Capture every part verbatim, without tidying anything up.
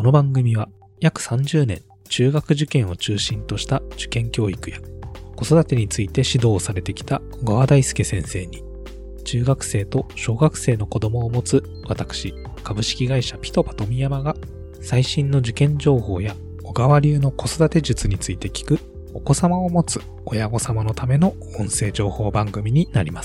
この番組は約さんじゅうねん中学受験を中心とした受験教育や子育てについて指導をされてきた小川大輔先生に、中学生と小学生の子供を持つ私株式会社ピトパ富山が最新の受験情報や小川流の子育て術について聞くお子様を持つ親御様のための音声情報番組になります。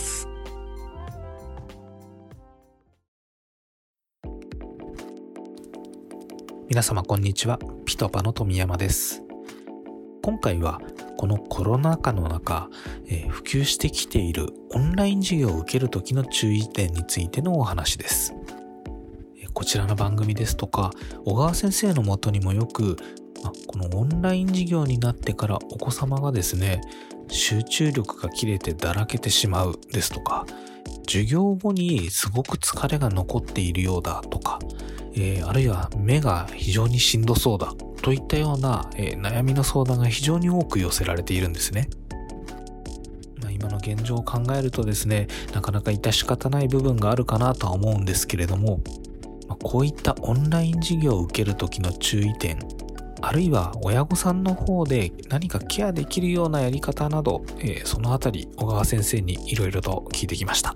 皆様こんにちは、ピトパの富山です。今回はこのコロナ禍の中、えー、普及してきているオンライン授業を受ける時の注意点についてのお話です。えー、こちらの番組ですとか小川先生のもとにもよく、ま、このオンライン授業になってからお子様がですね、集中力が切れてだらけてしまうですとか、授業後にすごく疲れが残っているようだとか、えー、あるいは目が非常にしんどそうだといったような、えー、悩みの相談が非常に多く寄せられているんですね。まあ、今の現状を考えるとですね、なかなか致し方ない部分があるかなとは思うんですけれども、まあ、こういったオンライン授業を受ける時の注意点、あるいは親御さんの方で何かケアできるようなやり方など、えー、そのあたり小川先生にいろいろと聞いてきました。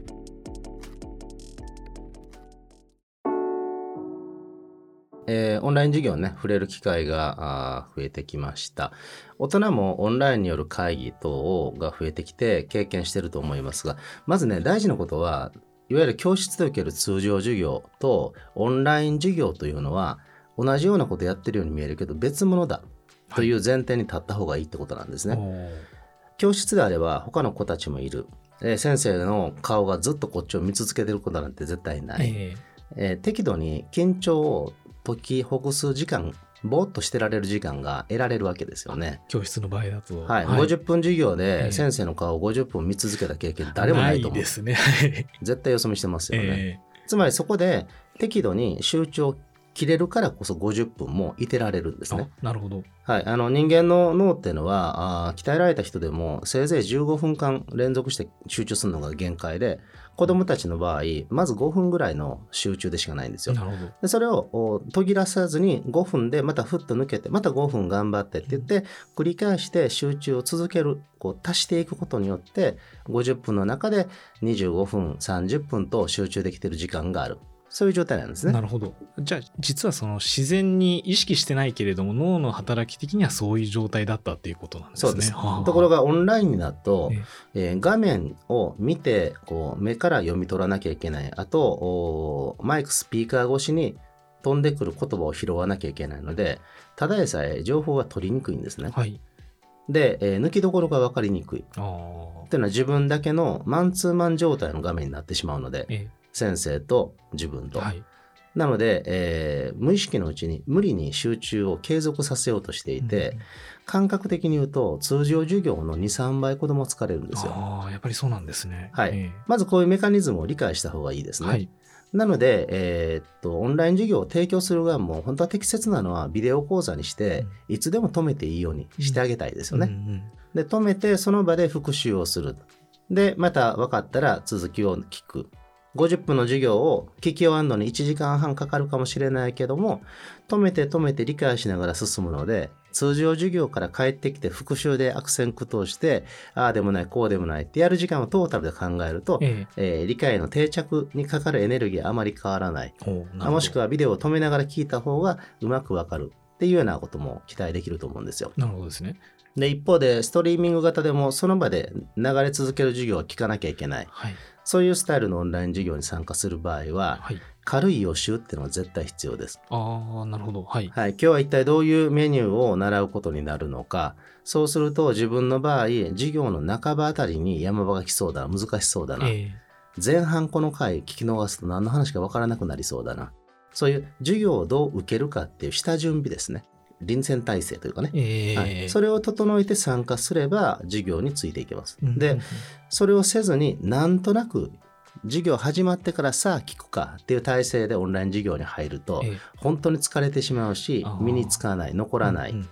えー、オンライン授業にね、触れる機会が増えてきました。大人もオンラインによる会議等が増えてきて経験していると思いますが、まずね、大事なことは、いわゆる教室で受ける通常授業とオンライン授業というのは同じようなことやってるように見えるけど別物だという前提に立った方がいいってことなんですね。はい、教室であれば他の子たちもいる、えー、先生の顔がずっとこっちを見続けてることなんて絶対ない、えーえー、適度に緊張を解きほぐす時間、ぼーっとしてられる時間が得られるわけですよね。 教室の場合だと、 はいはい、ごじゅっぷん授業で先生の顔をごじゅっぷん見続けた経験誰もないと思う。 ないですね。 絶対よそ見してますよね。 えー、 つまりそこで適度に集中を切れるからこそごじゅっぷんもいてられるんですね。 なるほど。 はい、あの人間の脳っていうのはあ鍛えられた人でもせいぜいじゅうごふんかん連続して集中するのが限界で、子どもたちの場合まずごふんぐらいの集中でしかないんですよ。 なるほど。 でそれを途切らさずにごふんでまたふっと抜けてまたごふん頑張ってって言って繰り返して集中を続ける、こう足していくことによってごじゅっぷんの中でにじゅうごふんさんじゅっぷんと集中できている時間がある、そういう状態なんですね。 なるほど。じゃあ実はその自然に意識してないけれども脳の働き的にはそういう状態だったっていうことなんですね。 そうです。 はあ、 ところがオンラインになると、 ええー、画面を見てこう目から読み取らなきゃいけない。あとマイクスピーカー越しに飛んでくる言葉を拾わなきゃいけないので、ただでさえ情報が取りにくいんですね。 はい、 で、えー、抜きどころが分かりにくい。あというのは自分だけのマンツーマン状態の画面になってしまうので、え先生と自分と。はい、なので、えー、無意識のうちに無理に集中を継続させようとしていて、うん、感覚的に言うと通常授業の にさんばい子ども疲れるんですよ。 ああ、やっぱりそうなんですね。 はい、えー、まずこういうメカニズムを理解した方がいいですね。はい、なので、えー、っとオンライン授業を提供する側も本当は適切なのはビデオ講座にして、うん、いつでも止めていいようにしてあげたいですよね。うんうんうん、で止めてその場で復習をする。でまた分かったら続きを聞く。ごじゅっぷんの授業を聞き終わるのにいちじかんはんかかるかもしれないけども、止めて止めて理解しながら進むので、通常授業から帰ってきて復習で悪戦苦闘して、ああでもないこうでもないってやる時間をトータルで考えると、えええー、理解の定着にかかるエネルギーはあまり変わらない。もしくはビデオを止めながら聞いた方がうまくわかるっていうようなことも期待できると思うんですよ。 なるほどですね。 で一方でストリーミング型でもその場で流れ続ける授業を聞かなきゃいけない、はい、そういうスタイルのオンライン授業に参加する場合は、はい、軽い予習っていうのは絶対必要です。 ああ、なるほど。はい、 はい、今日は一体どういうメニューを習うことになるのか。そうすると自分の場合授業の半ばあたりに山場が来そうだな、難しそうだな、えー、前半この回聞き逃すと何の話か分からなくなりそうだな、そういう授業をどう受けるかっていう下準備ですね。臨戦態勢というかね、えーはい、それを整えて参加すれば授業についていけます、うんうんうん、でそれをせずになんとなく授業始まってからさあ聞くかっていう体制でオンライン授業に入ると、えー、本当に疲れてしまうし身につかない、残らない、うんうんうん、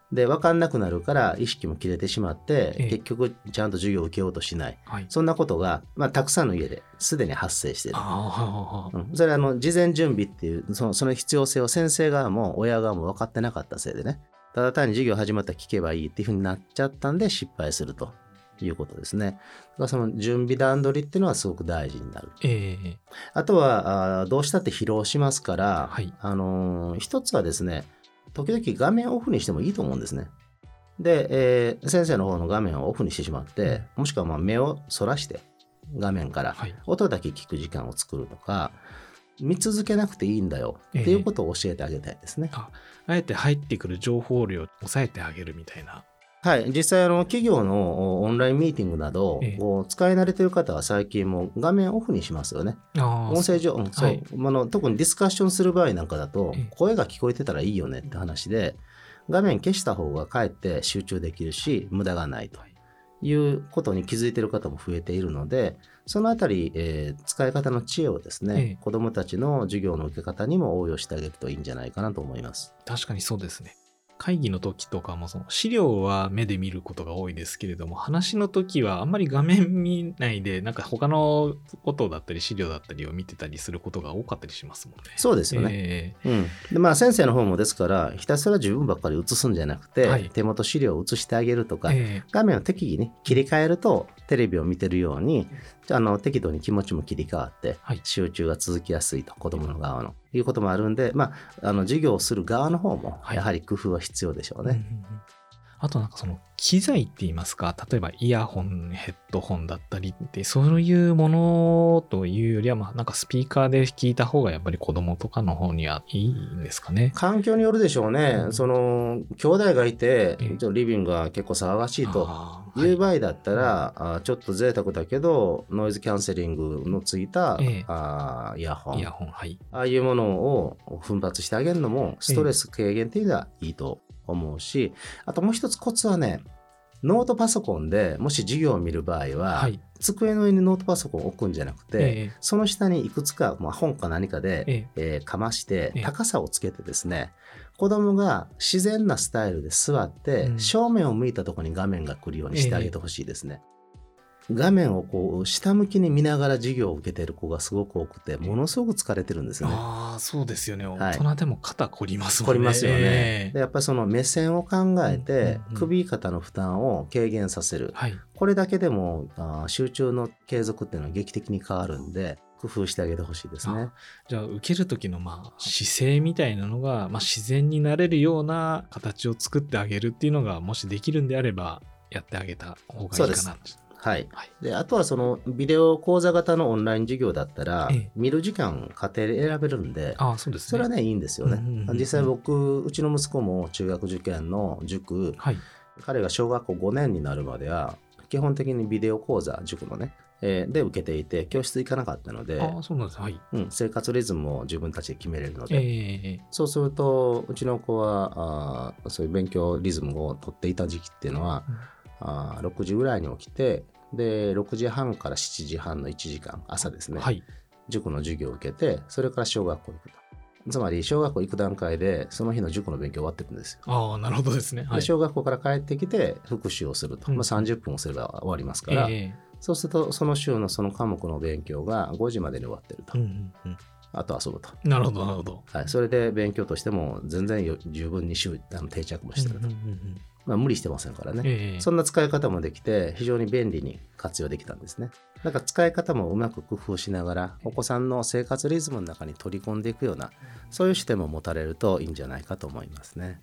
で分かんなくなるから意識も切れてしまって、 ええ、 結局ちゃんと授業を受けようとしない、 はい、 そんなことが、まあ、たくさんの家ですでに発生している。 あ、 うん、それはあの事前準備っていうその、その必要性を先生側も親側も分かってなかったせいでね、ただ単に授業始まったら聞けばいいっていうふうになっちゃったんで失敗するということですね。だからその準備段取りっていうのはすごく大事になる。 ええ、 あとはあどうしたって疲労しますから、 はい、 あのー、一つはですね、時々画面オフにしてもいいと思うんですね。で、えー、先生の方の画面をオフにしてしまって、もしくはまあ目をそらして画面から音だけ聞く時間を作るとか、見続けなくていいんだよっていうことを教えてあげたいですね。 えー、あ、あえて入ってくる情報量を抑えてあげるみたいな。 はい、実際あの企業のオンラインミーティングなど、ええ、こう使い慣れてる方は最近もう画面オフにしますよね。音声上、そう、はい、あの特にディスカッションする場合なんかだと、ええ、声が聞こえてたらいいよねって話で、画面消した方がかえって集中できるし無駄がないということに気づいている方も増えているので、そのあたり、えー、使い方の知恵をですね、ええ、子どもたちの授業の受け方にも応用してあげるといいんじゃないかなと思います。 確かにそうですね。会議の時とかもその資料は目で見ることが多いですけれども、話の時はあんまり画面見ないで、なんか他のことだったり資料だったりを見てたりすることが多かったりしますもんね。 そうですよね、えーうんでまあ、先生の方もですからひたすら自分ばっかり映すんじゃなくて、はい、手元資料を映してあげるとか、えー、画面を適宜に切り替えるとテレビを見てるようにあの適度に気持ちも切り替わって、はい、集中が続きやすいと子どもの側のいうこともあるんで、まあ、あの授業をする側の方もやはり工夫は必要でしょうね、はいうんうんうん、 あとなんかその機材って言いますか、例えばイヤホンヘッドホンだったりってそういうものというよりは、まあなんかスピーカーで聞いた方がやっぱり子供とかの方にはいいんですかね。 環境によるでしょうね、うん、その兄弟がいてリビングが結構騒がしいという場合だったら、はい、あちょっと贅沢だけどノイズキャンセリングのついた、ええ、あイヤホン、 イヤホン、はい、 ああいうものを奮発してあげるのもストレス軽減っていうのはいいと思うし、あともう一つコツはね、ノートパソコンでもし授業を見る場合は、はい、机の上にノートパソコンを置くんじゃなくて、ええ、その下にいくつか、まあ、本か何かで、えええー、かまして高さをつけてですね、え、子供が自然なスタイルで座って、うん、正面を向いたところに画面が来るようにしてあげてほしいですね。画面をこう下向きに見ながら授業を受けている子がすごく多くて、ものすごく疲れてるんですよね。 ああ、そうですよね。大人でも肩凝りますもんね。 凝りますよね。えー、でやっぱりその目線を考えて、首肩の負担を軽減させる。はい、これだけでもあ集中の継続っていうのは劇的に変わるんで、工夫してあげてほしいですね。 じゃあ受ける時のまあ姿勢みたいなのが、まあ、自然になれるような形を作ってあげるっていうのがもしできるんであればやってあげた方がいいかな。 はいはい、であとはそのビデオ講座型のオンライン授業だったら、ええ、見る時間家庭で選べるんで、 あそうですね、 それはねいいんですよね、うんうんうん、実際僕うちの息子も中学受験の塾、はい、彼が小学校ごねんになるまでは基本的にビデオ講座塾のね、えー、で受けていて教室行かなかったので、 あそうなんです、はいうん、生活リズムを自分たちで決めれるので、 えー、 そうするとうちの子はあそういう勉強リズムを取っていた時期っていうのは、うん、あろくじぐらいに起きてでろくじはんからしちじはんのいちじかん朝ですね、はい、塾の授業を受けてそれから小学校行くと。つまり小学校行く段階でその日の塾の勉強終わってるんですよ。 ああなるほどですね、はい、 で小学校から帰ってきて復習をすると、うんまあ、さんじゅっぷんをすれば終わりますから、えー、そうするとその週のその科目の勉強がごじまでに終わってると、うんうんうん、あと遊ぶと。 なるほどなるほど、 はい、それで勉強としても全然十分に週あの定着もしてると、うんうんうんうんまあ、無理してませんからね、えー、そんな使い方もできて非常に便利に活用できたんですね。だから使い方もうまく工夫しながらお子さんの生活リズムの中に取り込んでいくようなそういう視点も持たれるといいんじゃないかと思いますね。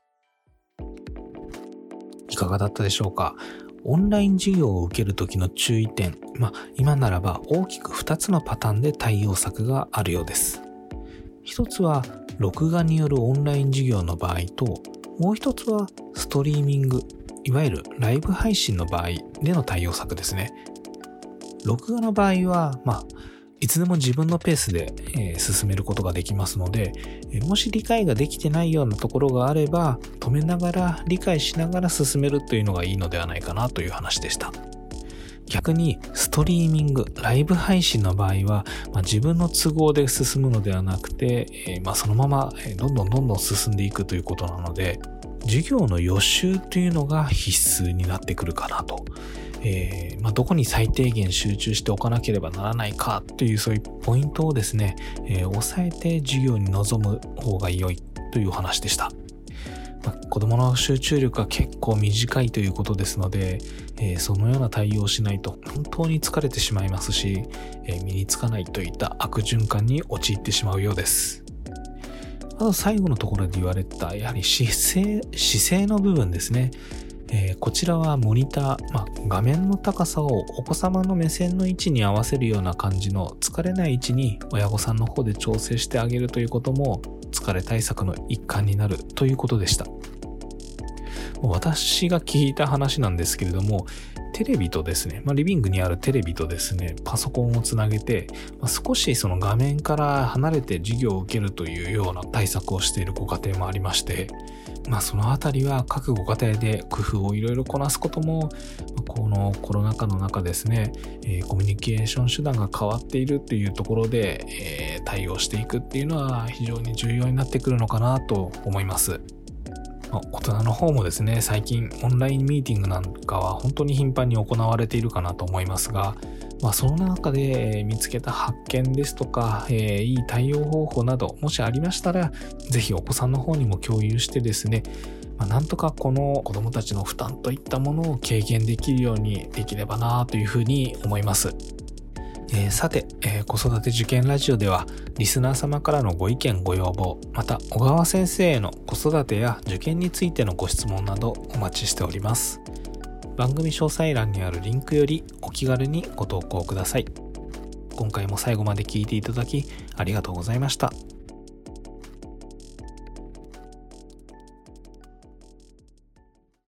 いかがだったでしょうか。オンライン授業を受けるときの注意点、まあ、今ならば大きくふたつのパターンで対応策があるようです。一つは録画によるオンライン授業の場合と、もう一つはストリーミング、いわゆるライブ配信の場合での対応策ですね。録画の場合は、まあ、いつでも自分のペースで、えー、進めることができますので、えー、もし理解ができてないようなところがあれば、止めながら理解しながら進めるというのがいいのではないかなという話でした。逆にストリーミング、ライブ配信の場合は、まあ、自分の都合で進むのではなくて、えーまあ、そのままどんどんどんどん進んでいくということなので、 授業の予習というのが必須になってくるかなと。えーまあ、どこに最低限集中しておかなければならないかというそういうポイントをですね、えー、抑えて授業に臨む方が良いというお話でした。まあ、子供の集中力が結構短いということですので、えー、そのような対応をしないと本当に疲れてしまいますし、えー、身につかないといった悪循環に陥ってしまうようです。あと最後のところで言われたやはり姿勢、姿勢の部分ですね。えー、こちらはモニター、まあ、画面の高さをお子様の目線の位置に合わせるような感じの疲れない位置に親御さんの方で調整してあげるということも疲れ対策の一環になるということでした。私が聞いた話なんですけれども、テレビとですね、まあ、リビングにあるテレビとですね、パソコンをつなげて、まあ、少しその画面から離れて授業を受けるというような対策をしているご家庭もありまして、まあ、そのあたりは各ご家庭で工夫をいろいろこなすことも、このコロナ禍の中ですね、えー、コミュニケーション手段が変わっているというところで、えー、対応していくっていうのは非常に重要になってくるのかなと思います。大人の方もですね、最近オンラインミーティングなんかは本当に頻繁に行われているかなと思いますが、まあ、その中で見つけた発見ですとか、えー、いい対応方法などもしありましたら、ぜひお子さんの方にも共有してですね、まあ、なんとかこの子どもたちの負担といったものを軽減できるようにできればなというふうに思います。えー、さて、えー、子育て受験ラジオではリスナー様からのご意見ご要望、また小川先生への子育てや受験についてのご質問などお待ちしております。番組詳細欄にあるリンクよりお気軽にご投稿ください。今回も最後まで聞いていただきありがとうございました。